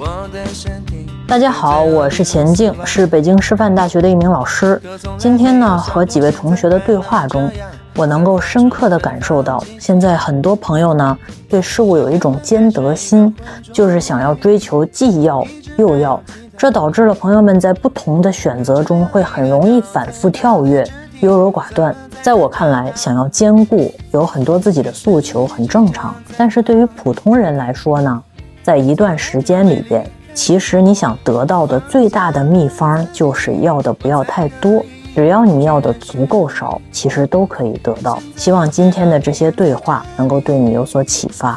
大家好，我是钱静，是北京师范大学的一名老师。今天呢，和几位同学的对话中，我能够深刻地感受到，现在很多朋友呢，对事物有一种兼得心，就是想要追求既要又要，这导致了朋友们在不同的选择中会很容易反复跳跃，优柔寡断。在我看来，想要兼顾，有很多自己的诉求很正常，但是对于普通人来说呢，在一段时间里边，其实你想得到的最大的秘方就是要的不要太多，只要你要的足够少，其实都可以得到。希望今天的这些对话能够对你有所启发。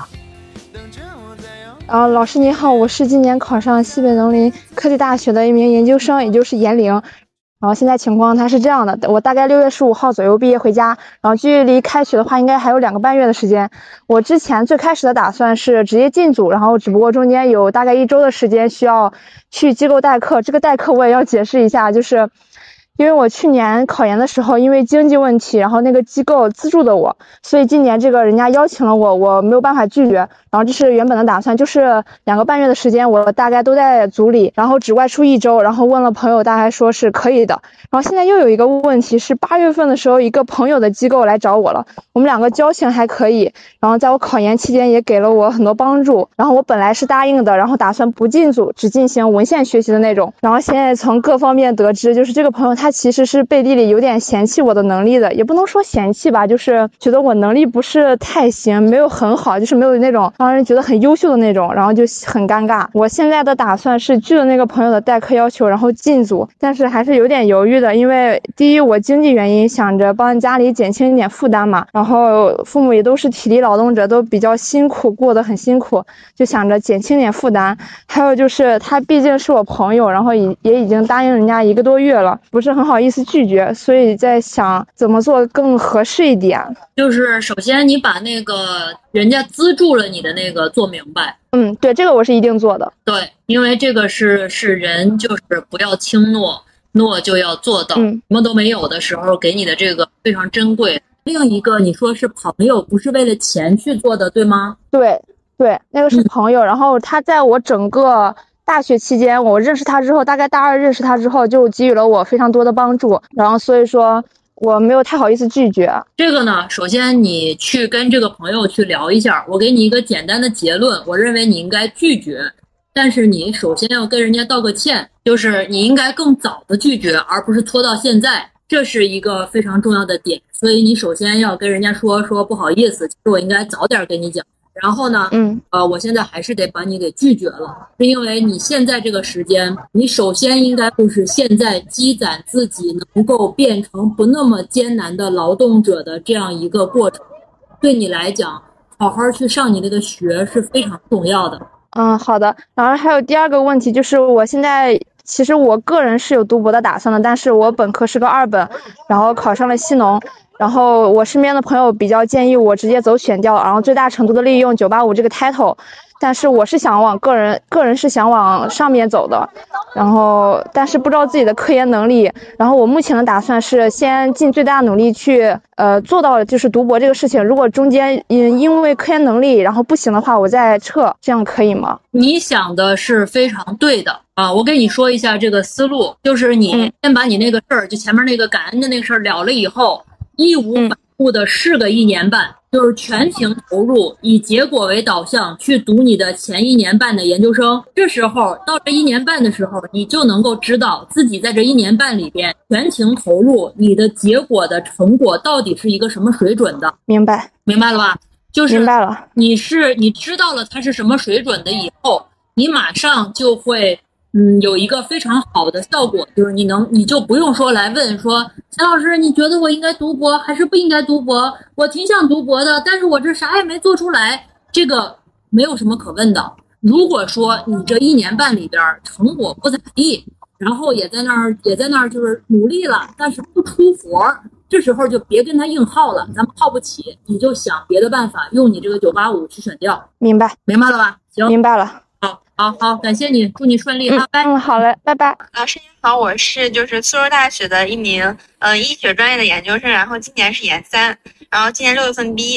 老师你好，我是今年考上西北农林科技大学的一名研究生，也就是研零。然后现在情况它是这样的，我大概6月15号左右毕业回家，然后距离开学的话应该还有2个半月的时间。我之前最开始的打算是直接进组，然后只不过中间有大概1周的时间需要去机构代课。这个代课我也要解释一下，就是因为我去年考研的时候因为经济问题，然后那个机构资助的我，所以今年这个人家邀请了我，我没有办法拒绝。然后这是原本的打算，就是2个半月的时间我大概都在组里，然后只外出1周，然后问了朋友，大概说是可以的。然后现在又有一个问题是8月份的时候，一个朋友的机构来找我了，我们2个交情还可以，然后在我考研期间也给了我很多帮助。然后我本来是答应的，然后打算不进组，只进行文献学习的那种。然后现在从各方面得知，就是这个朋友他其实是背地里有点嫌弃我的能力的，也不能说嫌弃吧，就是觉得我能力不是太行，没有很好，就是没有那种让人觉得很优秀的那种，然后就很尴尬。我现在的打算是拒了那个朋友的代课要求，然后进组，但是还是有点犹豫的，因为第一我经济原因，想着帮家里减轻一点负担嘛，然后父母也都是体力劳动者，都比较辛苦，过得很辛苦，就想着减轻点负担。还有就是他毕竟是我朋友，然后也已经答应人家1个多月了，不是很好意思拒绝，所以在想怎么做更合适一点。 就是首先你把那个人家资助了你的那个做明白。 对，这个我是一定做的。 对，因为这个是人，就是不要轻诺，诺就要做到。什么都没有的时候给你的这个非常珍贵。另一个你说是朋友，不是为了钱去做的，对吗？ 对，那个是朋友，然后他在我整个大学期间，我认识他之后，大概大2认识他之后，就给予了我非常多的帮助，然后所以说我没有太好意思拒绝。 这个呢，首先你去跟这个朋友去聊一下，我给你一个简单的结论，我认为你应该拒绝，但是你首先要跟人家道个歉，就是你应该更早的拒绝，而不是拖到现在，这是一个非常重要的点。所以你首先要跟人家说不好意思，其实我应该早点跟你讲。然后呢，我现在还是得把你给拒绝了，是因为你现在这个时间，你首先应该就是现在积攒自己能够变成不那么艰难的劳动者的这样一个过程。对你来讲，好好去上你这个学是非常重要的。 好的。然后还有第2个问题，就是我现在其实我个人是有读博的打算的，但是我本科是个2本，然后考上了西农。然后我身边的朋友比较建议我直接走选调，然后最大程度的利用985这个 title， 但是我是想往个人是想往上面走的，然后但是不知道自己的科研能力，然后我目前的打算是先尽最大努力去做到就是读博这个事情，如果中间因为科研能力然后不行的话我再撤，这样可以吗？ 你想的是非常对的啊！我跟你说一下这个思路，就是你先把你那个事儿，就前面那个感恩的那个事儿了以后，义无反顾的试个1年半，就是全情投入，以结果为导向去读你的前1年半的研究生。这时候到这1年半的时候，你就能够知道自己在这1年半里边全情投入，你的结果的成果到底是一个什么水准的。 明白了吧？就是明白了， 你知道了它是什么水准的以后，你马上就会有一个非常好的效果，就是你就不用说来问说钱老师，你觉得我应该读博还是不应该读博？我挺想读博的，但是我这啥也没做出来，这个没有什么可问的。如果说你这1年半里边成果不咋地，然后也在那儿就是努力了，但是不出活，这时候就别跟他硬耗了，咱们耗不起，你就想别的办法，用你这个985去选调。 明白了吧？行， 明白了。 好，感谢你，祝你顺利，拜拜。 好嘞，拜拜。 老师您好，我是苏州大学的一名医学专业的研究生，然后今年是研3，然后今年6月份毕业。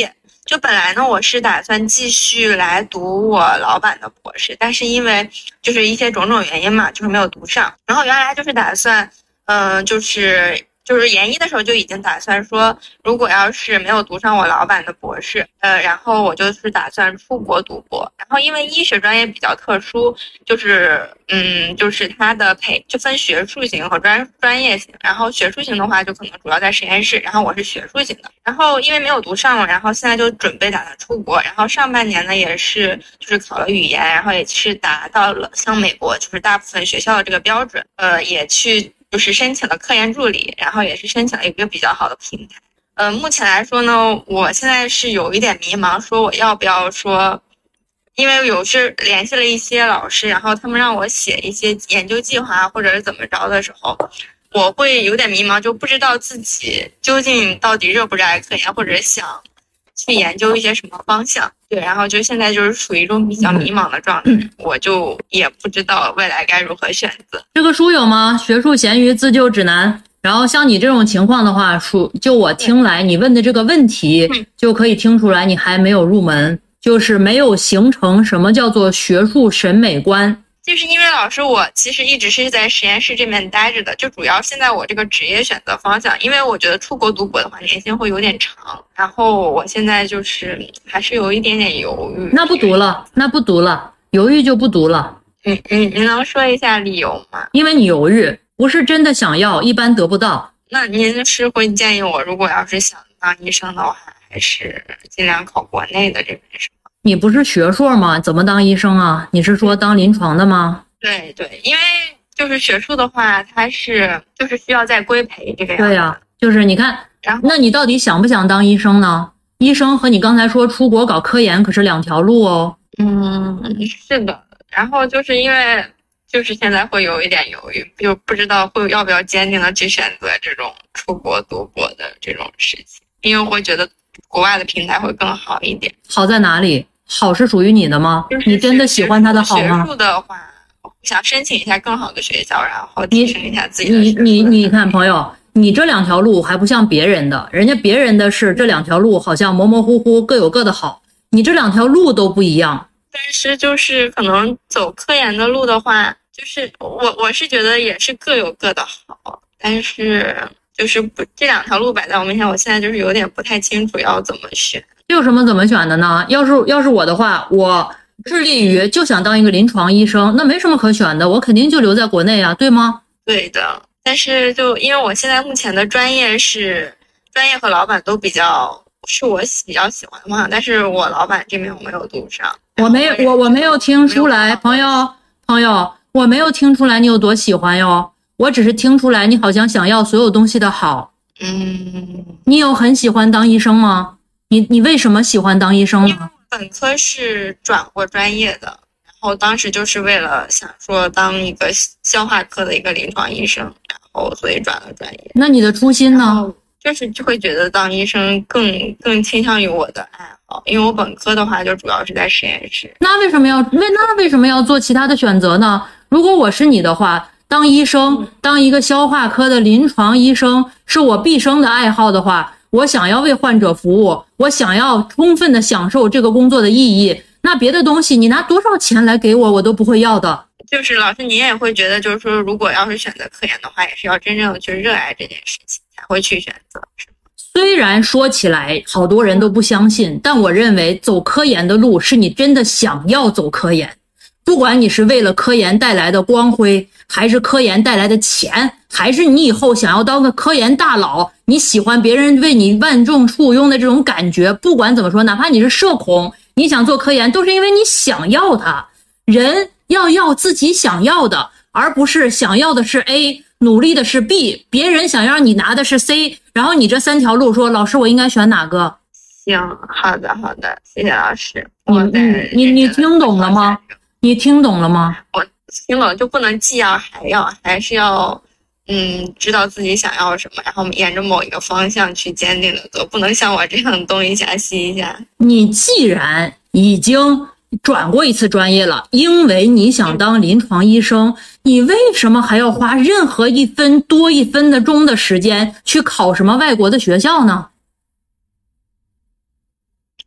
就本来呢，我是打算继续来读我老板的博士，但是因为就是一些种种原因嘛，就是没有读上。然后原来就是打算，就是研一的时候就已经打算说，如果要是没有读上我老板的博士，然后我就是打算出国读博。然后因为医学专业比较特殊，就是它的就分学术型和专业型。然后学术型的话就可能主要在实验室，然后我是学术型的。然后因为没有读上，然后现在就准备打算出国。然后上半年呢也是就是考了语言，然后也是达到了像美国就是大部分学校的这个标准，也去就是申请了科研助理，然后也是申请了一个比较好的平台。目前来说呢，我现在是有一点迷茫，说我要不要说，因为有是联系了一些老师，然后他们让我写一些研究计划或者是怎么着的时候，我会有点迷茫，就不知道自己究竟到底热不热爱科研，或者想去研究一些什么方向。对，然后就现在就是处于一种比较迷茫的状态，我就也不知道未来该如何选择。 这个书有吗？学术咸鱼自救指南。然后像你这种情况的话，就我听来，你问的这个问题就可以听出来你还没有入门，就是没有形成什么叫做学术审美观。 就是因为老师，我其实一直是在实验室这边待着的，就主要现在我这个职业选择方向，因为我觉得出国读博的话年限会有点长，然后我现在就是还是有一点点犹豫。 那不读了，犹豫就不读了。 你能说一下理由吗？ 因为你犹豫，不是真的想要，一般得不到。 那您是会建议我，如果要是想当医生的话，还是尽量考国内的这边是吗？ 你不是学硕吗？怎么当医生啊？你是说当临床的吗？ 对，因为就是学术的话，它是就是需要再规培这个样子。 对呀，就是你看，那你到底想不想当医生呢？医生和你刚才说出国搞科研可是两条路哦。 是的。然后就是因为就是现在会有一点犹豫，就不知道要不要坚定的去选择这种出国读博的这种事情，因为我会觉得国外的平台会更好一点。 好在哪里？好是属于你的吗？你真的喜欢它的好吗？ 学术的话，想申请一下更好的学校，然后提升一下自己的学术。 你看朋友，你这两条路还不像别人的，人家别人的是这两条路好像模模糊糊各有各的好，你这两条路都不一样。 但是就是可能走科研的路的话，就是我是觉得也是各有各的好，但是就是这两条路摆在我面前，我现在就是有点不太清楚要怎么选。 这有什么怎么选的呢？要是我的话，我致力于就想当一个临床医生，那没什么可选的，我肯定就留在国内啊，对吗？ 对的，但是就因为我现在目前的专业和老板都是我比较喜欢的嘛，但是我老板这边我没有读上。我没有听出来，朋友，我没有听出来你有多喜欢哟，我只是听出来你好像想要所有东西的好。你有很喜欢当医生吗？你为什么喜欢当医生呢？ 本科是转过专业的，然后当时就是为了想说当一个消化科的一个临床医生，然后所以转了专业。 那你的初心呢？ 就会觉得当医生更倾向于我的爱好，因为我本科的话就主要是在实验室。 那为什么要做其他的选择呢？如果我是你的话，当医生，当一个消化科的临床医生是我毕生的爱好的话，我想要为患者服务，我想要充分的享受这个工作的意义，那别的东西你拿多少钱来给我都不会要的。 就是老师您也会觉得，就是说如果要是选择科研的话，也是要真正的去热爱这件事情才会去选择，是吗？ 虽然说起来好多人都不相信，但我认为走科研的路是你真的想要走科研，不管你是为了科研带来的光辉，还是科研带来的钱，还是你以后想要当个科研大佬，你喜欢别人为你万众簇拥的这种感觉，不管怎么说，哪怕你是社恐，你想做科研都是因为你想要它。人要自己想要的，而不是想要的是 A， 努力的是 B， 别人想让你拿的是 C， 然后你这三条路说老师我应该选哪个？ 行，好的，谢谢老师。 你听懂了吗？你听懂了吗？ 我听懂，就不能既要还要，还是要知道自己想要什么，然后沿着某一个方向去坚定的走，不能像我这样东一下西一下。 你既然已经转过一次专业了，因为你想当临床医生，你为什么还要花任何一分多一分的钟的时间去考什么外国的学校呢？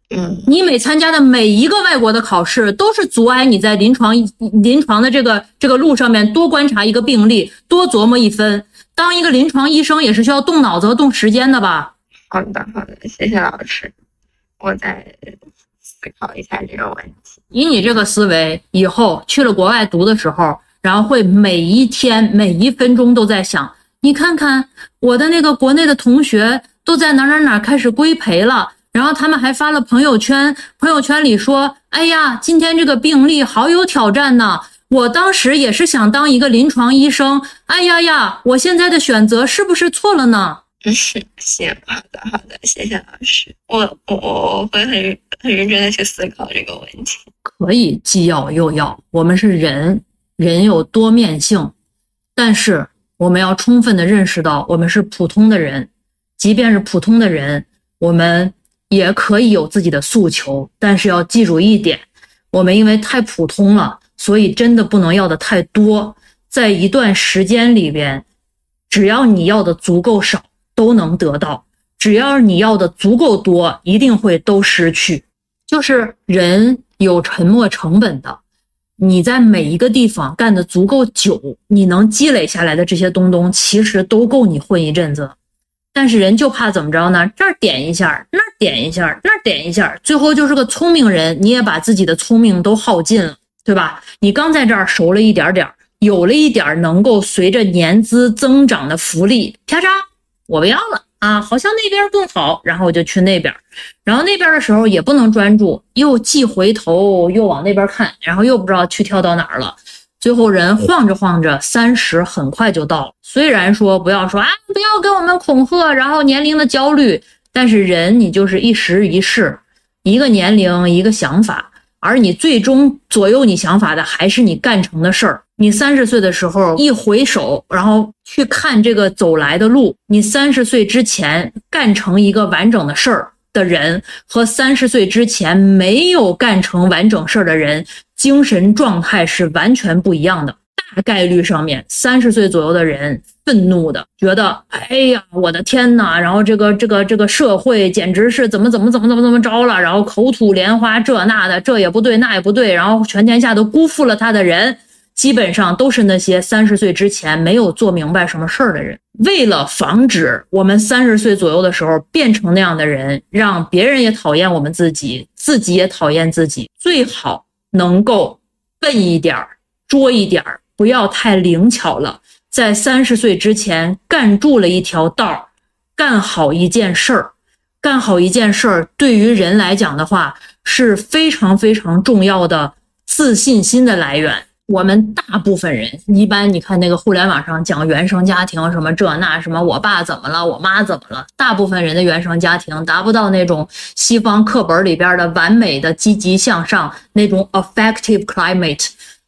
你每参加的每一个外国的考试，都是阻碍你在临床的这个路上面多观察一个病例，多琢磨一分。当一个临床医生也是需要动脑子和动时间的吧？ 好的，谢谢老师，我再思考一下这个问题。 以你这个思维，以后去了国外读的时候，然后会每一天每一分钟都在想，你看看我的那个国内的同学都在哪开始规培了，然后他们还发了朋友圈里说，哎呀，今天这个病例好有挑战呢，我当时也是想当一个临床医生，哎呀，我现在的选择是不是错了呢？ 行，好的，谢谢老师，我会很认真的去思考这个问题。 可以既要又要，我们是人有多面性，但是我们要充分的认识到我们是普通的人，即便是普通的人，我们也可以有自己的诉求，但是要记住一点，我们因为太普通了，所以真的不能要的太多，在一段时间里边，只要你要的足够少都能得到，只要你要的足够多一定会都失去。就是人有沉没成本的，你在每一个地方干得足够久，你能积累下来的这些东其实都够你混一阵子。但是人就怕怎么着呢？这儿点一下，那儿点一下，那儿点一下，最后就是个聪明人，你也把自己的聪明都耗尽了，对吧？你刚在这儿熟了一点点，有了一点能够随着年资增长的福利，啪嚓，我不要了啊，好像那边更好，然后我就去那边，然后那边的时候也不能专注，又既回头又往那边看，然后又不知道去跳到哪儿了。最后人晃着晃着30很快就到了。虽然说不要说啊，不要跟我们恐吓，然后年龄的焦虑，但是人你就是一时一世，一个年龄一个想法，而你最终左右你想法的还是你干成的事儿。你30岁的时候一回首，然后去看这个走来的路，你30岁之前干成一个完整的事儿的人和30岁之前没有干成完整事儿的人，精神状态是完全不一样的。大概率上面30岁左右的人愤怒的觉得，哎呀，我的天哪，然后这个社会简直是怎么着了，然后口吐莲花，这那的，这也不对那也不对，然后全天下都辜负了他的人，基本上都是那些30岁之前没有做明白什么事儿的人。为了防止我们30岁左右的时候变成那样的人，让别人也讨厌我们自己，自己也讨厌自己，最好能够笨一点拙一点，不要太灵巧了，在30岁之前干住了一条道，干好一件事儿。干好一件事儿对于人来讲的话是非常非常重要的自信心的来源。我们大部分人一般你看那个互联网上讲原生家庭什么这那什么我爸怎么了我妈怎么了，大部分人的原生家庭达不到那种西方课本里边的完美的积极向上那种 affective climate，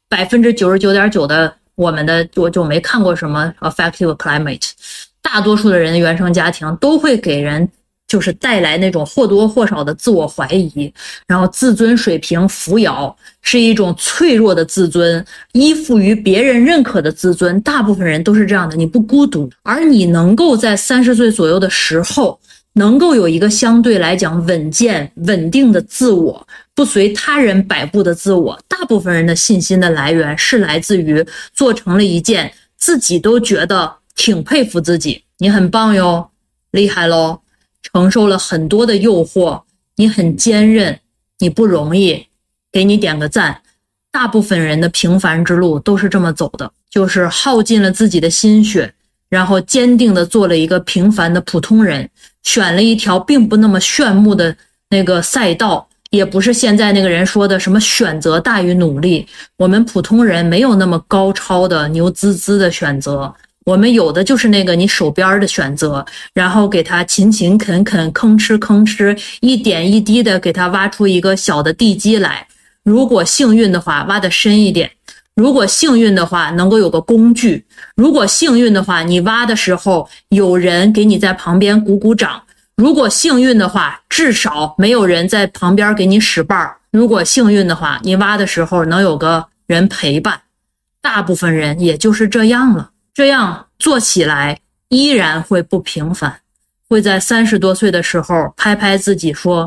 99.9% 的我们的我就没看过什么 affective climate， 大多数的人的原生家庭都会给人就是带来那种或多或少的自我怀疑，然后自尊水平扶摇，是一种脆弱的自尊，依附于别人认可的自尊，大部分人都是这样的，你不孤独。而你能够在30岁左右的时候能够有一个相对来讲稳健稳定的自我，不随他人摆布的自我，大部分人的信心的来源是来自于做成了一件自己都觉得挺佩服自己，你很棒哟，厉害咯，承受了很多的诱惑，你很坚韧，你不容易，给你点个赞。大部分人的平凡之路都是这么走的，就是耗尽了自己的心血，然后坚定地做了一个平凡的普通人，选了一条并不那么炫目的那个赛道，也不是现在那个人说的什么选择大于努力，我们普通人没有那么高超的牛滋滋的选择，我们有的就是那个你手边的选择，然后给他勤勤恳恳吭哧一点一滴的给他挖出一个小的地基来，如果幸运的话挖得深一点，如果幸运的话能够有个工具，如果幸运的话你挖的时候有人给你在旁边鼓鼓掌，如果幸运的话至少没有人在旁边给你使绊，如果幸运的话你挖的时候能有个人陪伴，大部分人也就是这样了。这样做起来依然会不平凡，会在30多岁的时候拍拍自己说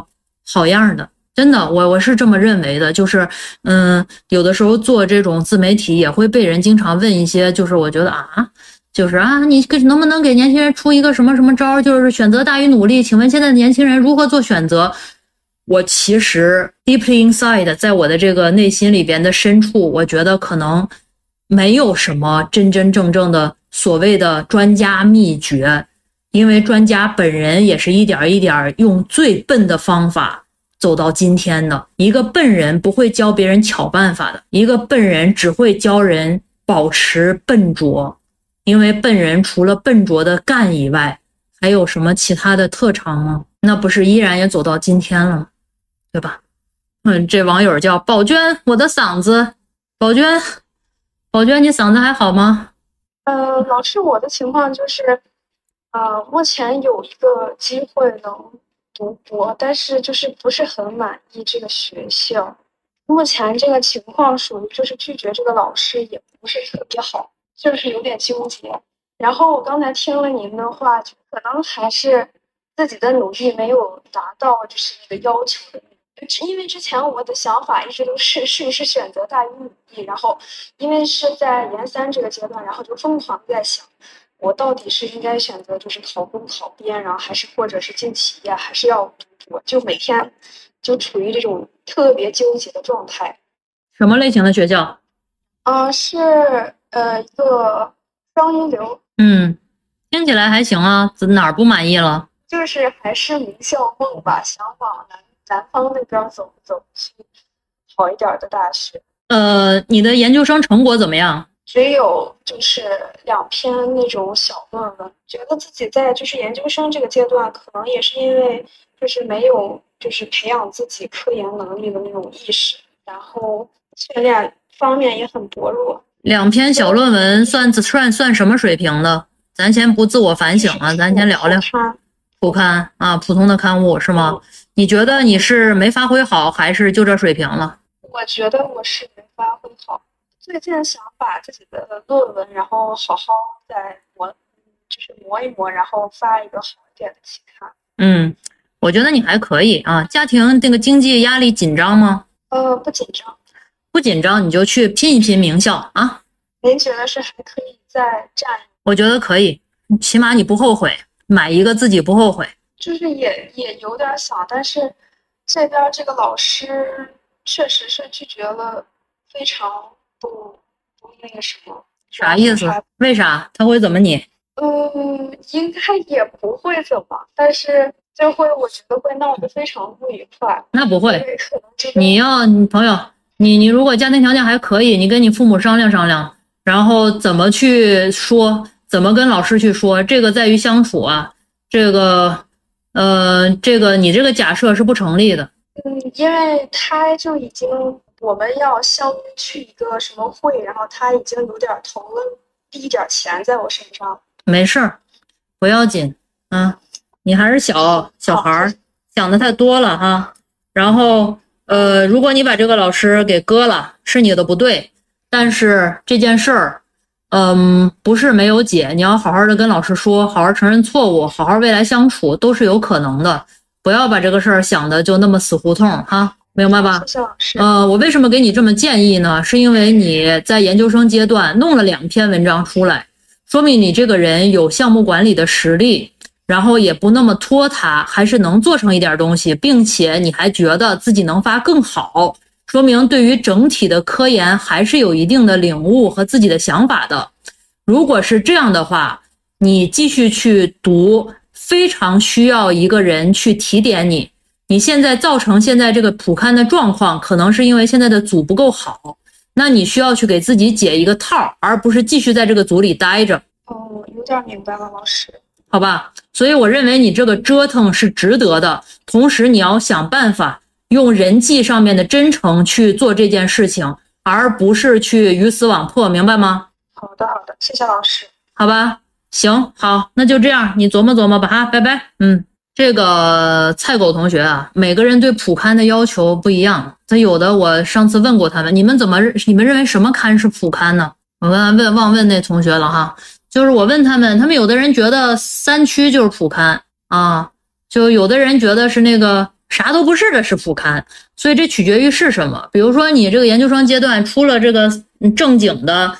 好样的。真的，我是这么认为的，就是有的时候做这种自媒体也会被人经常问一些，就是我觉得你能不能给年轻人出一个什么什么招，就是选择大于努力，请问现在的年轻人如何做选择？我其实 deeply inside 在我的这个内心里边的深处，我觉得可能没有什么真真正正的所谓的专家秘诀，因为专家本人也是一点一点用最笨的方法走到今天的。一个笨人不会教别人巧办法的，一个笨人只会教人保持笨拙，因为笨人除了笨拙的干以外，还有什么其他的特长吗？那不是依然也走到今天了吗？对吧？这网友叫宝娟，我的嗓子，宝娟，你嗓子还好吗？ 老师，我的情况就是，目前有一个机会能读博，但是就是不是很满意这个学校。目前这个情况属于就是拒绝这个老师也不是特别好，就是有点纠结。然后我刚才听了您的话，就可能还是自己的努力没有达到就是那个要求的。因为之前我的想法一直都是不是选择大于努力，然后因为是在研三这个阶段，然后就疯狂在想，我到底是应该选择就是考公考编，然后还是或者是进企业，还是要读博，就每天就处于这种特别纠结的状态。 什么类型的学校？ 是一个双一流。 听起来还行啊，哪儿不满意了？ 就是还是名校梦吧，想往南方那边走去好一点的大学。 你的研究生成果怎么样？ 只有就是2篇那种小论文，觉得自己在就是研究生这个阶段，可能也是因为就是没有就是培养自己科研能力的那种意识，然后训练方面也很薄弱。 2篇小论文算什么水平的？咱先不自我反省啊，咱先聊聊。普刊啊，普通的刊物是吗？你觉得你是没发挥好，还是就这水平了？ 我觉得我是没发挥好。最近想把自己的论文，然后好好再磨一磨，然后发一个好一点的期刊。 我觉得你还可以啊。家庭这个经济压力紧张吗？ 不紧张。 不紧张，你就去拼一拼名校啊。 您觉得是还可以再战？ 我觉得可以，起码你不后悔。买一个自己不后悔， 就是也有点想，但是这边这个老师确实是拒绝了，非常不那个什么。 啥意思？为啥他会怎么你？ 应该也不会怎么，但是就会我觉得会闹得非常不愉快。 那不会， 你朋友，你如果家庭条件还可以，你跟你父母商量商量，然后怎么去说。怎么跟老师去说？这个在于相处啊，这个你这个假设是不成立的。 因为他就已经我们要相约去一个什么会，然后他已经有点投了一点钱在我身上。 没事儿，不要紧啊，你还是小孩儿，想的太多了哈。然后如果你把这个老师给割了，是你的不对，但是这件事儿。不是没有解，你要好好的跟老师说，好好承认错误，好好未来相处都是有可能的，不要把这个事儿想的就那么死胡同哈，明白吧？ 谢谢老师。 我为什么给你这么建议呢？是因为你在研究生阶段弄了2篇文章出来，说明你这个人有项目管理的实力，然后也不那么拖沓，还是能做成一点东西，并且你还觉得自己能发更好。说明对于整体的科研还是有一定的领悟和自己的想法的。如果是这样的话，你继续去读，非常需要一个人去提点你。你现在造成现在这个普刊的状况，可能是因为现在的组不够好，那你需要去给自己解一个套，而不是继续在这个组里待着。 有点明白了，老师。 好吧，所以我认为你这个折腾是值得的，同时你要想办法用人际上面的真诚去做这件事情，而不是去鱼死网破，明白吗？ 好的，谢谢老师。 好吧，行，好，那就这样，你琢磨琢磨吧哈，拜拜。这个菜狗同学啊，每个人对普刊的要求不一样，他有的我上次问过他们，你们认为什么刊是普刊呢？我忘问那同学了哈，就是我问他们有的人觉得3区就是普刊啊，就有的人觉得是那个啥都不是的是副刊。所以这取决于是什么。比如说你这个研究生阶段出了这个正经的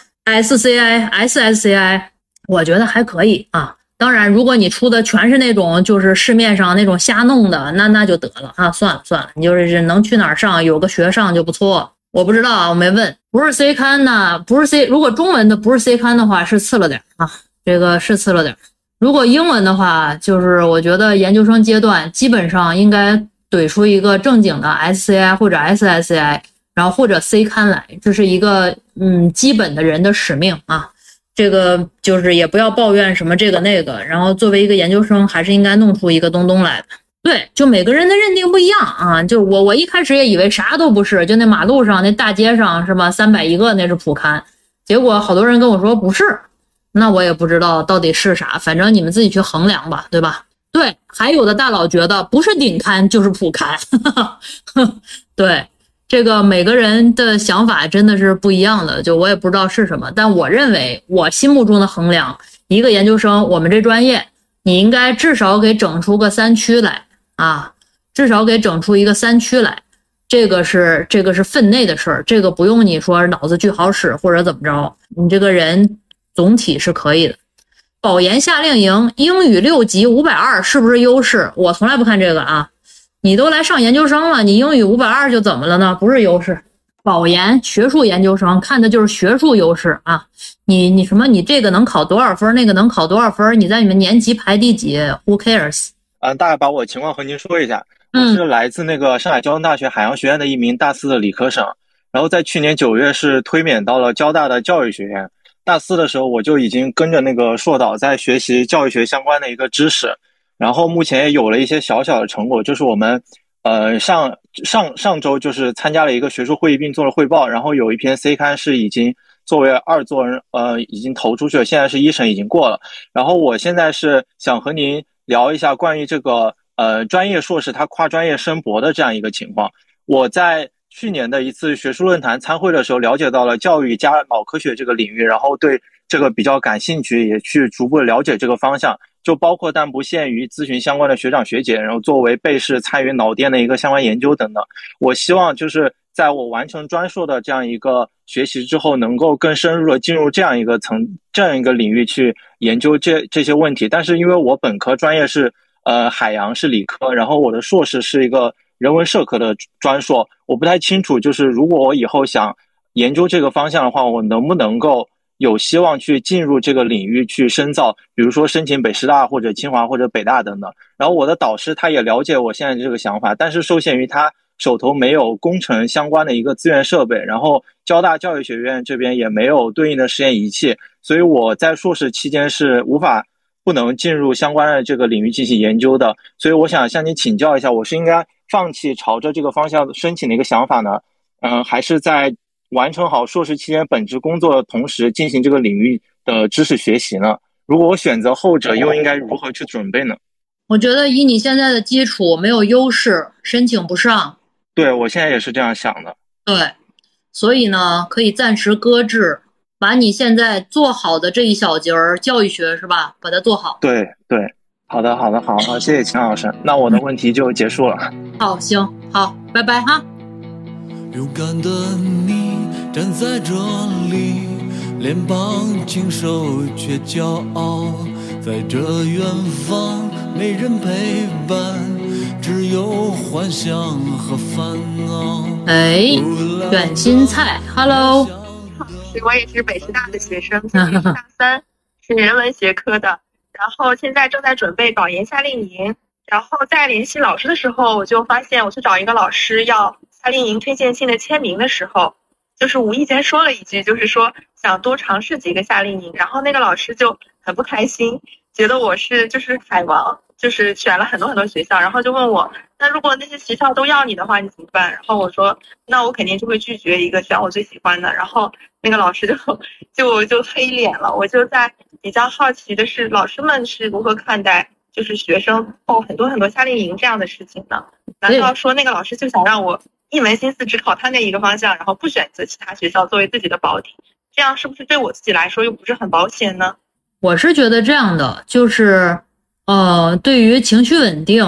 SCI、SSCI， 我觉得还可以啊。当然，如果你出的全是那种就是市面上那种瞎弄的，那就得了啊，算了，你就是能去哪儿上有个学上就不错。我不知道啊，我没问。不是 C 刊呢，不是 C， 如果中文的不是 C 刊的话是次了点啊，这个是次了点。如果英文的话，就是我觉得研究生阶段基本上应该怼出一个正经的 SCI 或者 SSCI， 然后或者 C 刊来，这是一个基本的人的使命啊。这个就是也不要抱怨什么这个那个，然后作为一个研究生还是应该弄出一个东东来的。对，就每个人的认定不一样啊。就我一开始也以为啥都不是，就那马路上那大街上是吧，300一个那是普刊，结果好多人跟我说不是，那我也不知道到底是啥，反正你们自己去衡量吧，对吧？对，还有的大佬觉得不是顶刊就是普刊，对。这个每个人的想法真的是不一样的，就我也不知道是什么，但我认为我心目中的衡量，一个研究生，我们这专业，你应该至少给整出个3区来啊，至少给整出一个3区来，这个是分内的事儿，这个不用你说脑子巨好使或者怎么着，你这个人总体是可以的。保研夏令营英语6级520是不是优势？我从来不看这个啊。你都来上研究生了，你英语520就怎么了呢？不是优势。保研学术研究生看的就是学术优势啊。你什么？你这个能考多少分，那个能考多少分？你在你们年级排第几 ？Who cares？ 大概把我情况和您说一下。我是来自那个上海交通大学海洋学院的一名大4的理科生，然后在去年9月是推免到了交大的教育学院。大4的时候我就已经跟着那个硕导在学习教育学相关的一个知识。然后目前也有了一些小小的成果，就是我们上周就是参加了一个学术会议并做了汇报，然后有一篇 C 刊是已经作为2作文已经投出去了，现在是1审已经过了。然后我现在是想和您聊一下关于这个专业硕士他跨专业申博的这样一个情况。我在去年的一次学术论坛参会的时候了解到了教育加脑科学这个领域，然后对这个比较感兴趣，也去逐步了解这个方向。就包括但不限于咨询相关的学长学姐，然后作为被试参与脑电的一个相关研究等等。我希望就是在我完成专硕的这样一个学习之后，能够更深入的进入这样一个领域去研究这些问题。但是因为我本科专业是海洋是理科，然后我的硕士是一个人文社科的专硕，我不太清楚就是如果我以后想研究这个方向的话，我能不能够有希望去进入这个领域去深造，比如说申请北师大或者清华或者北大等等。然后我的导师他也了解我现在这个想法，但是受限于他手头没有工程相关的一个资源设备，然后交大教育学院这边也没有对应的实验仪器，所以我在硕士期间是不能进入相关的这个领域进行研究的。所以我想向你请教一下，我是应该放弃朝着这个方向申请的一个想法呢，还是在完成好硕士期间本职工作的同时进行这个领域的知识学习呢？如果我选择后者，又应该如何去准备呢？ 我觉得以你现在的基础没有优势，申请不上。 对，我现在也是这样想的。 对，所以呢，可以暂时搁置，把你现在做好的这一小节教育学是吧，把它做好。 对，好的，谢谢秦老师，那我的问题就结束了。 好，行，好，拜拜哈。 勇敢的你站在这里，脸庞清瘦却骄傲，在这远方没人陪伴，只有幻想和烦恼。 卷心菜 Hello， 我也是北师大的学生，今年是大3，是人文学科的，然后现在正在准备保研夏令营。然后在联系老师的时候，我就发现我去找一个老师要夏令营推荐信的签名的时候，就是无意间说了一句，就是说想多尝试几个夏令营，然后那个老师就很不开心，觉得我是就是海王，就是选了很多学校，然后就问我，那如果那些学校都要你的话你怎么办？然后我说那我肯定就会拒绝一个选我最喜欢的。然后那个老师就黑脸了。我就在比较好奇的是，老师们是如何看待就是学生报很多夏令营这样的事情呢？难道说那个老师就想让我一门心思只考他那一个方向，然后不选择其他学校作为自己的保底，这样是不是对我自己来说又不是很保险呢？ 我是觉得这样的，就是对于情绪稳定，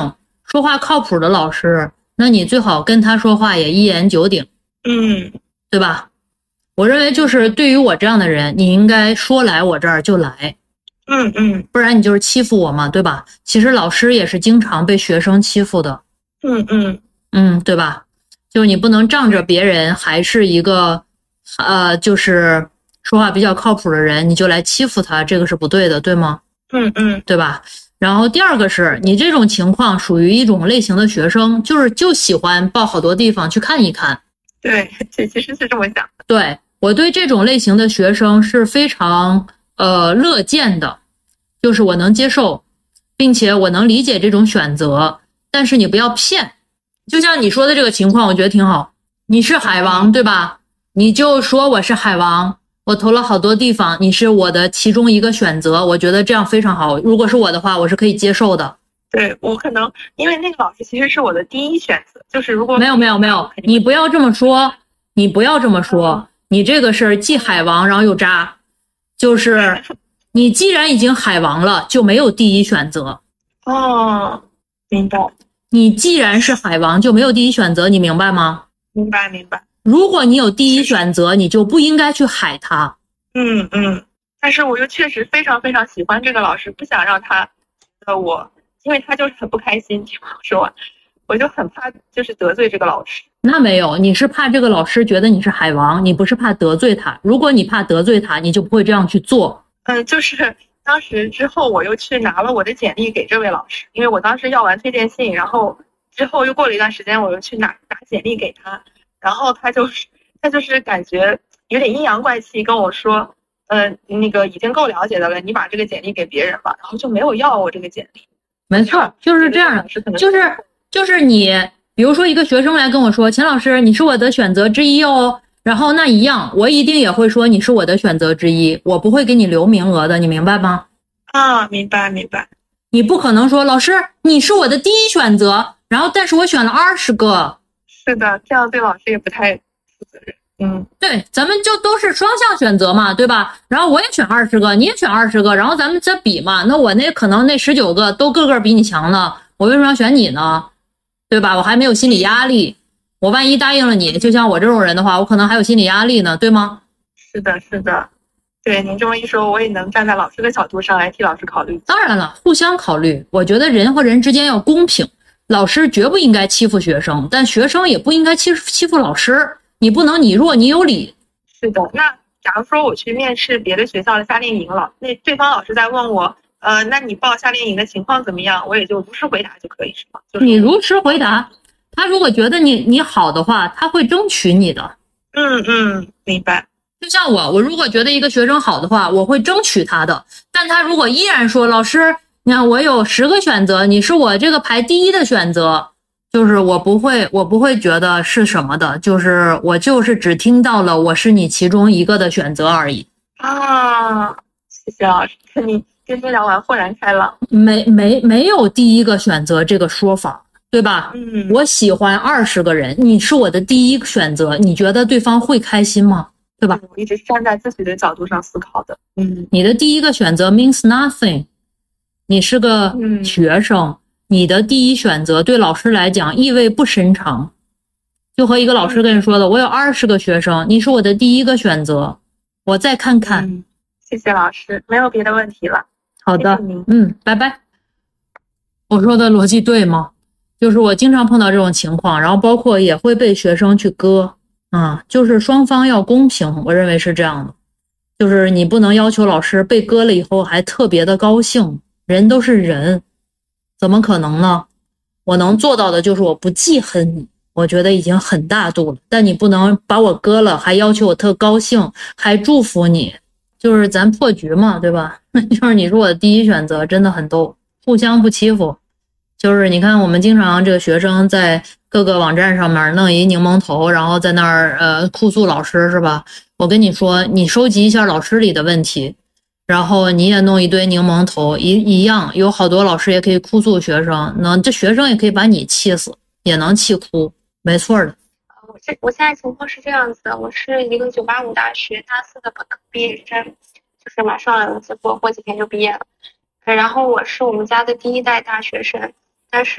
说话靠谱的老师，那你最好跟他说话也一言九鼎，对吧？我认为就是对于我这样的人，你应该说来我这儿就来，不然你就是欺负我嘛，对吧？其实老师也是经常被学生欺负的，对吧？就是你不能仗着别人还是一个就是说话比较靠谱的人，你就来欺负他，这个是不对的，对吗？对吧？然后第二个是你这种情况属于一种类型的学生，就喜欢报好多地方去看一看。 对，其实是这么想的。 对，我对这种类型的学生是非常乐见的，就是我能接受，并且我能理解这种选择，但是你不要骗。就像你说的这个情况，我觉得挺好。你是海王，对吧？你就说我是海王，我投了好多地方，你是我的其中一个选择，我觉得这样非常好。如果是我的话，我是可以接受的。 对，我可能因为那个老师其实是我的第一选择，就是如果没有，你不要这么说，你这个是既海王然后又渣，就是你既然已经海王了，就没有第一选择。 哦，明白。 你既然是海王，就没有第一选择，你明白吗？ 明白。 如果你有第一选择，你就不应该去海他。 但是我又确实非常非常喜欢这个老师，不想让他我。因为他就是很不开心，听我说完，我就很怕就是得罪这个老师。 那没有，你是怕这个老师觉得你是海王，你不是怕得罪他。如果你怕得罪他，你就不会这样去做。 就是当时之后我又去拿了我的简历给这位老师，因为我当时要完推荐信，然后之后又过了一段时间，我又去拿简历给他，然后他就是感觉有点阴阳怪气跟我说，那个已经够了解的了，你把这个简历给别人吧，然后就没有要我这个简历。 没错，就是这样的，就是你，比如说一个学生来跟我说，钱老师，你是我的选择之一哦，然后那一样，我一定也会说你是我的选择之一，我不会给你留名额的，你明白吗？ 明白。 你不可能说老师你是我的第一选择，然后但是我选了20个。 是的，这样对老师也不太负责任。 对，咱们就都是双向选择嘛，对吧？然后我也选20个，你也选20个，然后咱们再比嘛。那我那可能那19个都个个比你强呢，我为什么要选你呢？对吧？我还没有心理压力，我万一答应了你，就像我这种人的话，我可能还有心理压力呢，对吗？ 是的。对，您这么一说，我也能站在老师的角度上来替老师考虑。 当然了，互相考虑。我觉得人和人之间要公平，老师绝不应该欺负学生，但学生也不应该欺负老师。你不能你弱你有理。 是的，那假如说我去面试别的学校的夏令营了，那对方老师在问我，那你报夏令营的情况怎么样？我也就如实回答就可以，是吗？ 你如实回答，他如果觉得你好的话，他会争取你的。 明白。 就像我如果觉得一个学生好的话，我会争取他的。但他如果依然说，老师，你看我有10个选择，你是我这个排第一的选择。就是我不会觉得是什么的，就是我就是只听到了我是你其中一个的选择而已。 谢谢老师，跟您聊完豁然开朗。 没有第一个选择这个说法，对吧？我喜欢20个人，你是我的第一个选择，你觉得对方会开心吗？对吧？ 我一直是站在自己的角度上思考的。 你的第一个选择 means nothing， 你是个学生。你的第一选择对老师来讲意味不深长，就和一个老师跟你说的，我有20个学生，你是我的第一个选择，我再看看。 谢谢老师，没有别的问题了。 好的，拜拜。我说的逻辑对吗？就是我经常碰到这种情况，然后包括也会被学生去割就是双方要公平，我认为是这样的，就是你不能要求老师被割了以后还特别的高兴，人都是人。怎么可能呢？我能做到的就是我不记恨你，我觉得已经很大度了。但你不能把我割了，还要求我特高兴，还祝福你，就是咱破局嘛，对吧？就是你是我的第一选择，真的很逗，互相不欺负。就是你看，我们经常这个学生在各个网站上面弄一柠檬头，然后在那儿哭诉老师，是吧？我跟你说，你收集一下老师里的问题。然后你也弄一堆柠檬头，一样有好多老师也可以哭诉学生，这学生也可以把你气死，也能气哭，没错的。 我现在情况是这样子的，我是一个985大学大4的本科毕业生，就是马上过几天就毕业了。然后我是我们家的第一代大学生，但是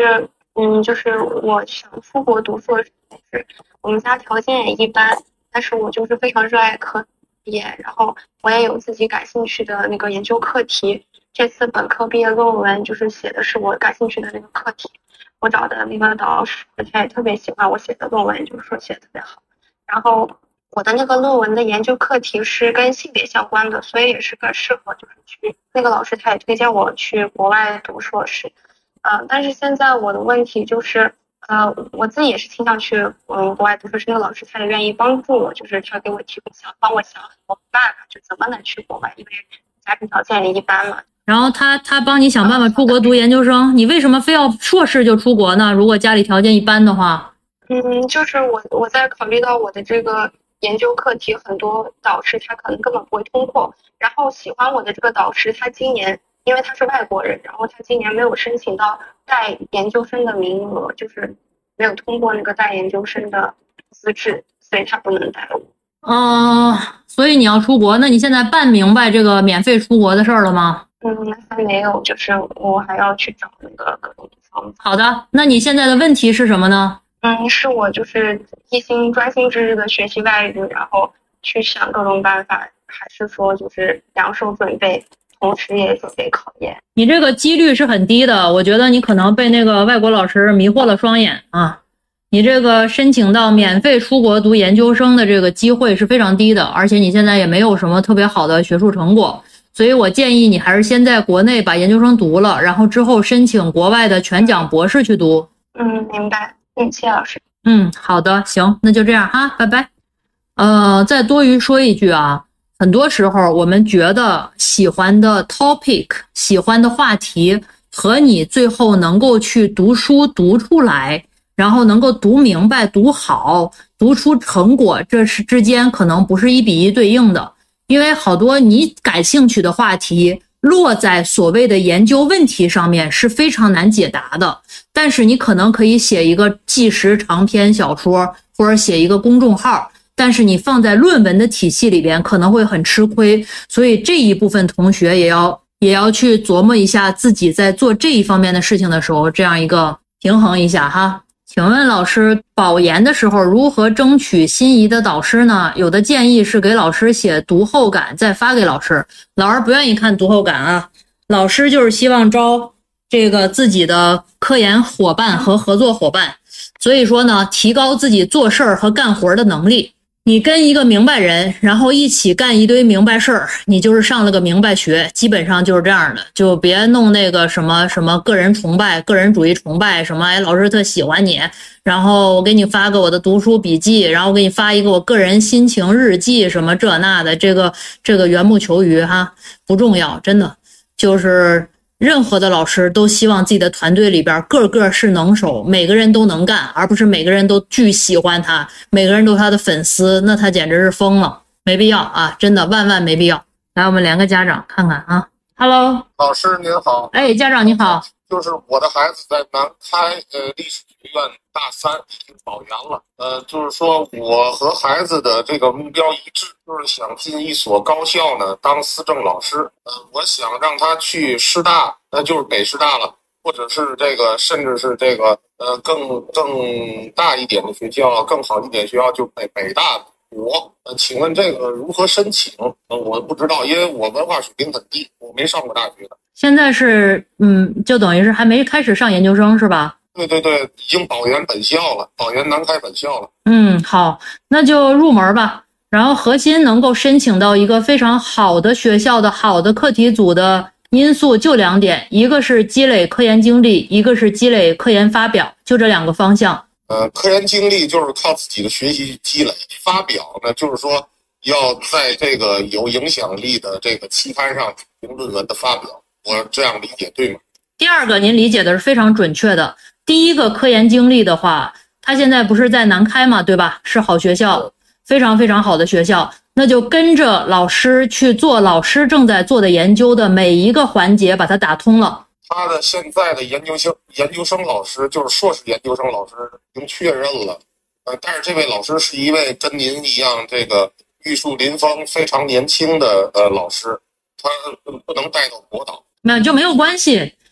就是我想出国读硕士，但是我们家条件也一般，但是我就是非常热爱科研，然后我也有自己感兴趣的那个研究课题。这次本科毕业论文就是写的是我感兴趣的那个课题，我找的那个导师他也特别喜欢我写的论文，就是说写的特别好。然后我的那个论文的研究课题是跟性别相关的，所以也是更适合就是去那个老师他也推荐我去国外读硕士。但是现在我的问题就是，我自己也是倾向去国外读硕士，那个老师他也愿意帮助我，就是他给我提供帮我想很多办法，就怎么能去国外，因为家庭条件也一般嘛。 然后他帮你想办法出国读研究生，你为什么非要硕士就出国呢？如果家里条件一般的话。 就是我在考虑到我的这个研究课题，很多导师他可能根本不会通过，然后喜欢我的这个导师他今年因为他是外国人，然后他今年没有申请到带研究生的名额，就是没有通过那个带研究生的资质，所以他不能带我。 所以你要出国，那你现在办明白这个免费出国的事儿了吗？ 还没有，就是我还要去找那个各种方法。 好的，那你现在的问题是什么呢？ 是我就是一心专心致志的学习外语，然后去想各种办法，还是说就是两手准备，同时也准备考研？ 你这个几率是很低的，我觉得你可能被那个外国老师迷惑了双眼啊。你这个申请到免费出国读研究生的这个机会是非常低的，而且你现在也没有什么特别好的学术成果，所以我建议你还是先在国内把研究生读了，然后之后申请国外的全奖博士去读。 明白。谢谢老师。 好的，行，那就这样哈，拜拜。再多余说一句啊，很多时候我们觉得喜欢的 topic、喜欢的话题和你最后能够去读书读出来，然后能够读明白、读好、读出成果，这是之间可能不是1比1对应的，因为好多你感兴趣的话题落在所谓的研究问题上面是非常难解答的，但是你可能可以写一个纪实长篇小说，或者写一个公众号，但是你放在论文的体系里边可能会很吃亏，所以这一部分同学也要去琢磨一下自己在做这一方面的事情的时候，这样一个平衡一下哈。请问老师，保研的时候如何争取心仪的导师呢？有的建议是给老师写读后感再发给老师，老师不愿意看读后感啊。老师就是希望招这个自己的科研伙伴和合作伙伴，所以说呢，提高自己做事儿和干活的能力。你跟一个明白人，然后一起干一堆明白事儿，你就是上了个明白学，基本上就是这样的。就别弄那个什么什么个人崇拜、个人主义崇拜，什么老师特喜欢你，然后我给你发个我的读书笔记，然后我给你发一个我个人心情日记，什么这那的，这个缘木求鱼哈，不重要，真的就是任何的老师都希望自己的团队里边个个是能手，每个人都能干，而不是每个人都巨喜欢他，每个人都是他的粉丝，那他简直是疯了，没必要啊，真的万万没必要。来，我们连个家长看看啊。Hello， 老师您好。 家长你好。 就是我的孩子在南开历史学院大3已经保研了。就是说我和孩子的这个目标一致，就是想进一所高校呢当思政老师。我想让他去师大，就是北师大了，或者是这个甚至是这个更大一点的学校，更好一点学校就北大国。请问这个如何申请？我不知道，因为我文化水平很低，我没上过大学的。 现在是就等于是还没开始上研究生是吧？ 对，已经保研本校了，保研南开本校了。 好，那就入门吧。然后核心能够申请到一个非常好的学校的好的课题组的因素就2点，一个是积累科研经历，一个是积累科研发表，就这2个方向。 科研经历就是靠自己的学习积累，发表呢就是说要在这个有影响力的这个期刊上进行论文的发表。我这样理解对吗？ 第2个您理解的是非常准确的。第1个科研经历的话，他现在不是在南开嘛，对吧？是好学校，非常非常好的学校，那就跟着老师去做老师正在做的研究的每一个环节，把它打通了。 他的现在的研究生老师就是硕士研究生老师已经确认了，但是这位老师是一位跟您一样这个玉树临风非常年轻的老师，他不能带到国导。 那就没有关系，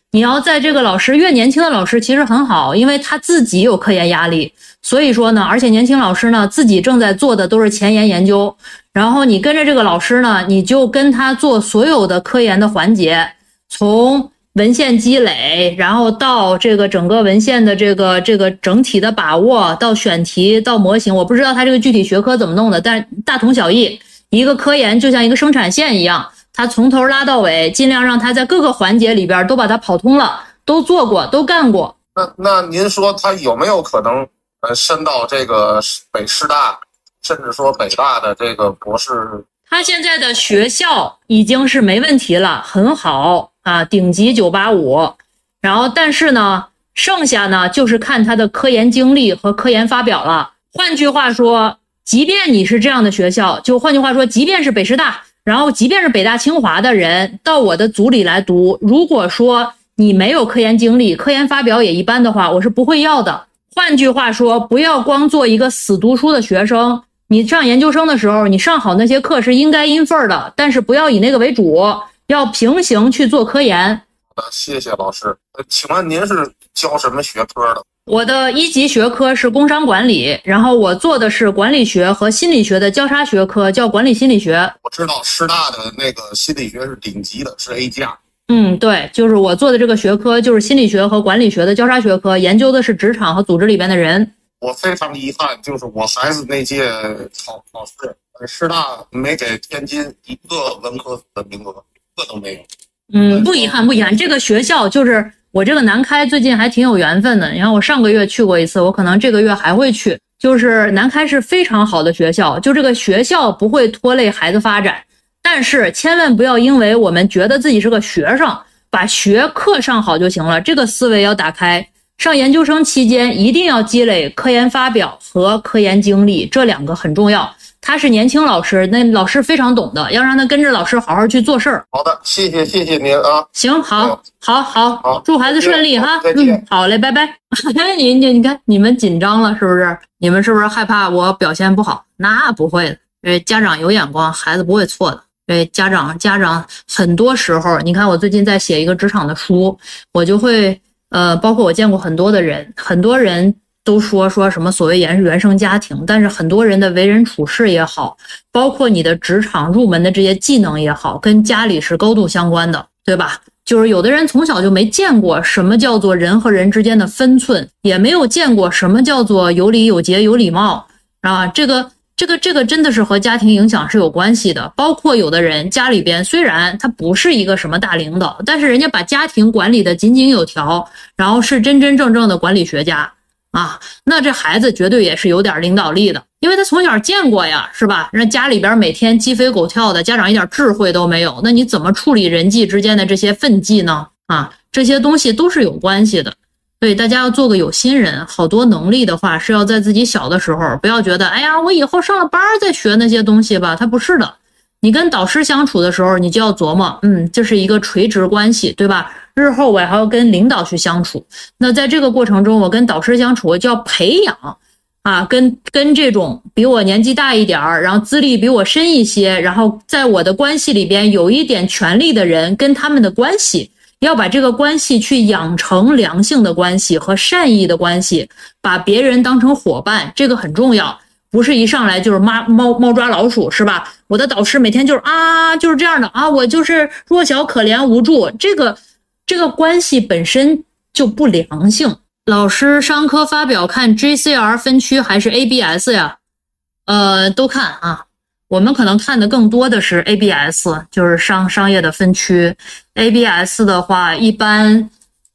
你要在这个老师越年轻的老师其实很好，因为他自己有科研压力，所以说呢，而且年轻老师呢自己正在做的都是前沿研究，然后你跟着这个老师呢，你就跟他做所有的科研的环节，从文献积累，然后到这个整个文献的这个整体的把握，到选题，到模型，我不知道他这个具体学科怎么弄的，但大同小异。一个科研就像一个生产线一样，他从头拉到尾，尽量让他在各个环节里边都把它跑通了，都做过，都干过。 那您说他有没有可能升到这个北师大，甚至说北大的这个博士？ 他现在的学校已经是没问题了，很好啊，顶级985。然后但是呢，剩下呢就是看他的科研经历和科研发表了。换句话说，即便你是这样的学校，就换句话说，即便是北师大，然后即便是北大清华的人到我的组里来读，如果说你没有科研经历，科研发表也一般的话，我是不会要的。换句话说，不要光做一个死读书的学生，你上研究生的时候，你上好那些课是应该应分的，但是不要以那个为主，要平行去做科研。 谢谢老师。请问您是教什么学科的？ 我的一级学科是工商管理，然后我做的是管理学和心理学的交叉学科，叫管理心理学。 我知道师大的那个心理学是顶级的，是 A 加。 对，就是我做的这个学科就是心理学和管理学的交叉学科，研究的是职场和组织里边的人。 我非常遗憾，就是我孩子那届考试，师大没给天津一个文科的名额，一个都没有。 不遗憾，不遗憾。这个学校就是我这个南开最近还挺有缘分的，你看我上个月去过一次，我可能这个月还会去。就是南开是非常好的学校，就这个学校不会拖累孩子发展，但是千万不要因为我们觉得自己是个学生，把学课上好就行了，这个思维要打开。上研究生期间一定要积累科研发表和科研经历，这两个很重要。他是年轻老师，那老师非常懂的，要让他跟着老师好好去做事儿。 好的，谢谢您啊。 行，好，祝孩子顺利哈。 再见。 好嘞，拜拜。你看你们紧张了是不是？你们是不是害怕我表现不好？那不会的，家长有眼光，孩子不会错的。家长很多时候，你看我最近在写一个职场的书，我就会包括我见过很多的人，很多人都说什么所谓原生家庭，但是很多人的为人处事也好，包括你的职场入门的这些技能也好，跟家里是高度相关的，对吧？就是有的人从小就没见过什么叫做人和人之间的分寸，也没有见过什么叫做有礼有节有礼貌啊，这个真的是和家庭影响是有关系的。包括有的人家里边虽然他不是一个什么大领导，但是人家把家庭管理的井井有条，然后是真真正正的管理学家啊，那这孩子绝对也是有点领导力的，因为他从小见过呀，是吧？人家里边每天鸡飞狗跳的，家长一点智慧都没有，那你怎么处理人际之间的这些分际呢？啊，这些东西都是有关系的。所以大家要做个有心人，好多能力的话是要在自己小的时候，不要觉得哎呀我以后上了班再学那些东西吧，它不是的。你跟导师相处的时候，你就要琢磨这是一个垂直关系，对吧？日后我还要跟领导去相处，那在这个过程中我跟导师相处，我就要培养啊，跟这种比我年纪大一点儿，然后资历比我深一些，然后在我的关系里边有一点权力的人跟他们的关系，要把这个关系去养成良性的关系和善意的关系，把别人当成伙伴，这个很重要。不是一上来就是猫抓老鼠，是吧？我的导师每天就是这样的啊，我就是弱小可怜无助，这个关系本身就不良性。老师商科发表看 JCR 分区还是 ABS 呀？都看啊。我们可能看的更多的是 ABS， 就是商业的分区。ABS 的话，一般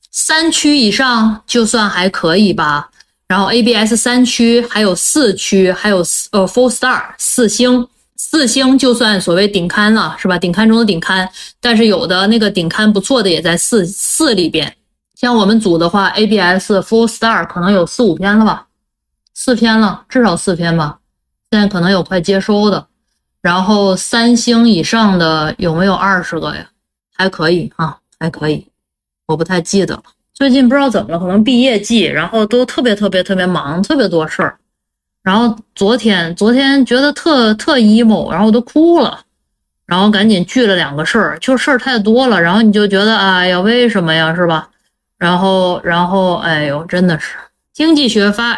3区以上就算还可以吧。然后 ABS 3区，还有4区，还有Full Star 4星就算所谓顶刊了，是吧？顶刊中的顶刊，但是有的那个顶刊不错的也在4里边。像我们组的话 ，ABS Full Star 可能有4、5篇了吧，4篇了，至少4篇吧。现在可能有快接收的。然后3星以上的有没有20个呀？还可以啊，还可以，我不太记得了。最近不知道怎么了，可能毕业季，然后都特别忙，特别多事儿。然后昨天觉得特 emo， 然后我都哭了。 然后赶紧聚了2个事儿，就事儿太多了，然后你就觉得哎呀为什么呀，是吧？然后哎呦真的是经济学发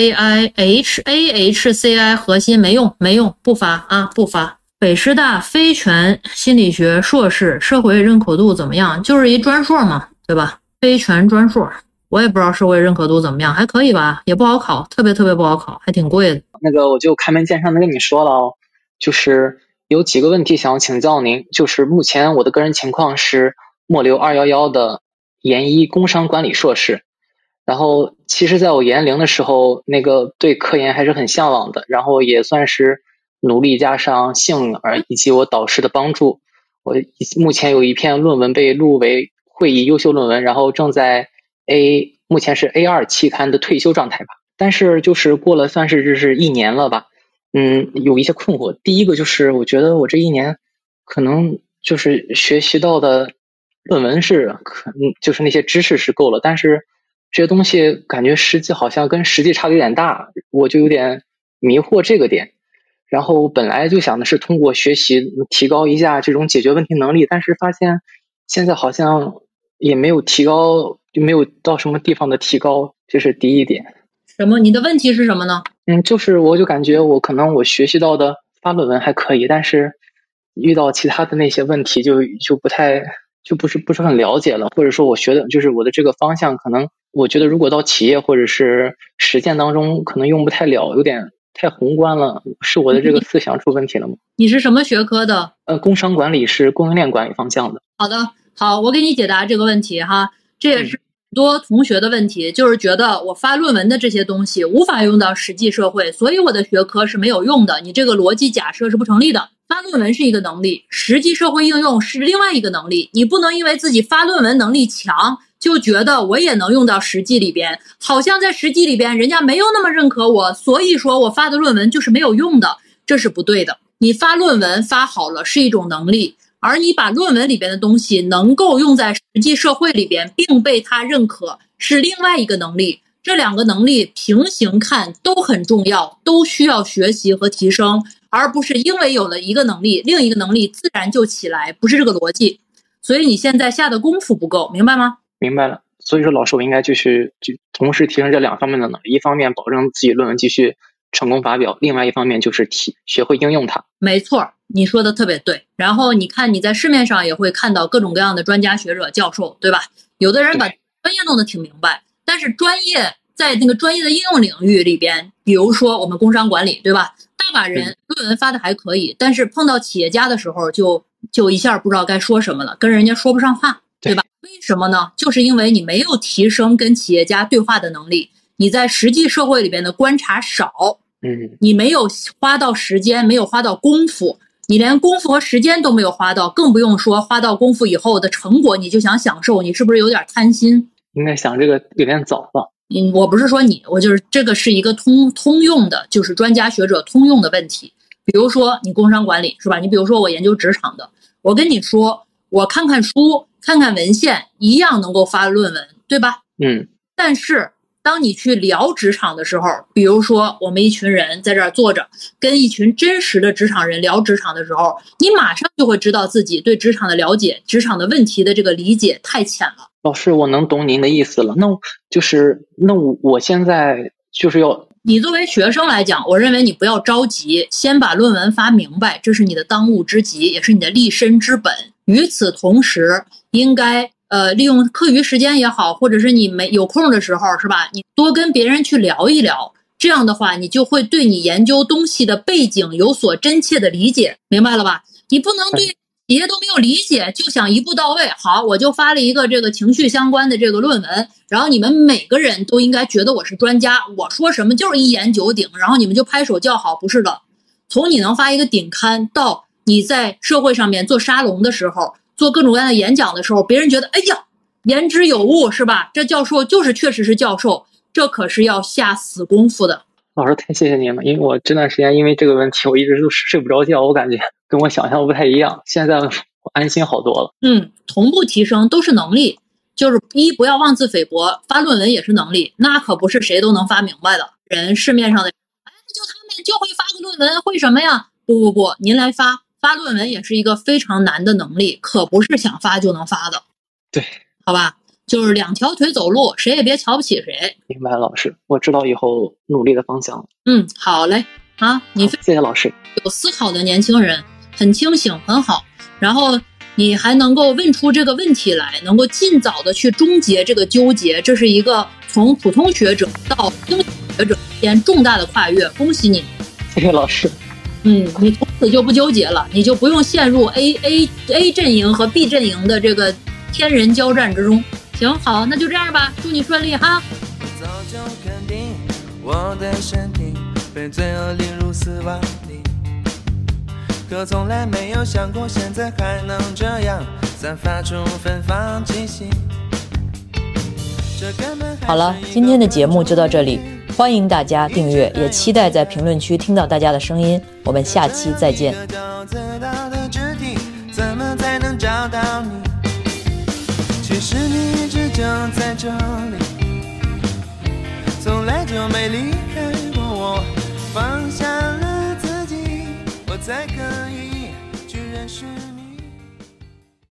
HCI 核心没用，不发啊，不发。北师大非全心理学硕士，社会认可度怎么样？就是一专硕嘛，对吧？非全专硕，我也不知道社会认可度怎么样，还可以吧，也不好考，特别不好考，还挺贵的。 那个我就开门见山的跟你说了哦，就是有几个问题想要请教您，就是目前我的个人情况是末流211的研一工商管理硕士，然后其实在我研0的时候，那个对科研还是很向往的，然后也算是努力加上幸运以及我导师的帮助，我目前有一篇论文被录为会议优秀论文，然后正在目前是 A2 期刊的退休状态吧。但是就是过了算是就是1年了吧，有一些困惑。第一个就是我觉得我这1年可能就是学习到的论文就是那些知识是够了，但是这些东西感觉实际好像跟实际差的有点大，我就有点迷惑这个点。然后本来就想的是通过学习提高一下这种解决问题能力，但是发现现在好像也没有提高，就没有到什么地方的提高，这是第一点。 什么？你的问题是什么呢？ 就是我就感觉可能我学习到的发论文还可以，但是遇到其他的那些问题就不是很了解了，或者说我学的就是我的这个方向，可能我觉得如果到企业或者是实践当中可能用不太了，有点太宏观了，是我的这个思想出问题了吗？ 你是什么学科的？ 工商管理是供应链管理方向的。 好的，好，我给你解答这个问题哈，这也是很多同学的问题，就是觉得我发论文的这些东西无法用到实际社会，所以我的学科是没有用的，你这个逻辑假设是不成立的。发论文是一个能力，实际社会应用是另外一个能力，你不能因为自己发论文能力强就觉得我也能用到实际里边，好像在实际里边人家没有那么认可我，所以说我发的论文就是没有用的，这是不对的。你发论文发好了是一种能力，而你把论文里边的东西能够用在实际社会里边并被他认可是另外一个能力，这2个能力平行看都很重要，都需要学习和提升，而不是因为有了一个能力另一个能力自然就起来，不是这个逻辑。所以你现在下的功夫不够，明白吗？ 明白了。所以说老师我应该就同时提升这2方面的能力，一方面保证自己论文继续成功发表，另外一方面就是学会应用它。 没错，你说的特别对。然后你看你在市面上也会看到各种各样的专家学者教授，对吧？有的人把专业弄得挺明白，但是专业在那个专业的应用领域里边，比如说我们工商管理，对吧？大把人论文发的还可以，但是碰到企业家的时候就一下不知道该说什么了，跟人家说不上话，对吧？为什么呢？就是因为你没有提升跟企业家对话的能力，你在实际社会里边的观察少，你没有花到时间，没有花到功夫，你连功夫和时间都没有花到，更不用说花到功夫以后的成果你就想享受，你是不是有点贪心？ 应该想这个有点早了。 我不是说你，我就是这个是一个通用的，就是专家学者通用的问题。比如说你工商管理是吧？你比如说我研究职场的，我跟你说我看看书看看文献一样能够发论文，对吧？但是当你去聊职场的时候，比如说我们一群人在这儿坐着跟一群真实的职场人聊职场的时候，你马上就会知道自己对职场的了解，职场的问题的这个理解太浅了。 老师我能懂您的意思了，那我现在就是要， 你作为学生来讲，我认为你不要着急，先把论文发明白，这是你的当务之急，也是你的立身之本。与此同时应该利用课余时间也好，或者是你有空的时候是吧，你多跟别人去聊一聊，这样的话你就会对你研究东西的背景有所真切的理解，明白了吧？你不能对企业都没有理解就想一步到位，好，我就发了一个这个情绪相关的这个论文，然后你们每个人都应该觉得我是专家，我说什么就是一言九鼎，然后你们就拍手叫好，不是的。从你能发一个顶刊到你在社会上面做沙龙的时候，做各种各样的演讲的时候，别人觉得哎呀言之有物是吧？这教授就是确实是教授，这可是要下死功夫的。 老师太谢谢您了，因为我这段时间因为这个问题我一直都睡不着觉，我感觉跟我想象不太一样，现在我安心好多了。 同步提升都是能力，就是不要妄自菲薄，发论文也是能力，那可不是谁都能发明白的。人市面上的就他们就会发个论文，会什么呀？不，您来发， 发论文也是一个非常难的能力，可不是想发就能发的。 对， 好吧，就是两条腿走路，谁也别瞧不起谁。 明白，老师，我知道以后努力的方向。 好嘞，啊，你谢谢老师。 有思考的年轻人，很清醒，很好。然后你还能够问出这个问题来，能够尽早的去终结这个纠结，这是一个从普通学者到精英学者之间重大的跨越，恭喜你。 谢谢老师。 你从此就不纠结了，你就不用陷入 A 阵营和 B 阵营的这个天人交战之中。行，好，那就这样吧，祝你顺利哈。 早就肯定我的身体被罪恶淋入死亡里，可从来没有想过现在还能这样散发出芬芳气息。 好了，今天的节目就到这里，欢迎大家订阅，也期待在评论区听到大家的声音。我们下期再见。 怎么才能找到你？其实你一直就在这里，从来就没离开过我。放下了自己，我才可以去认识。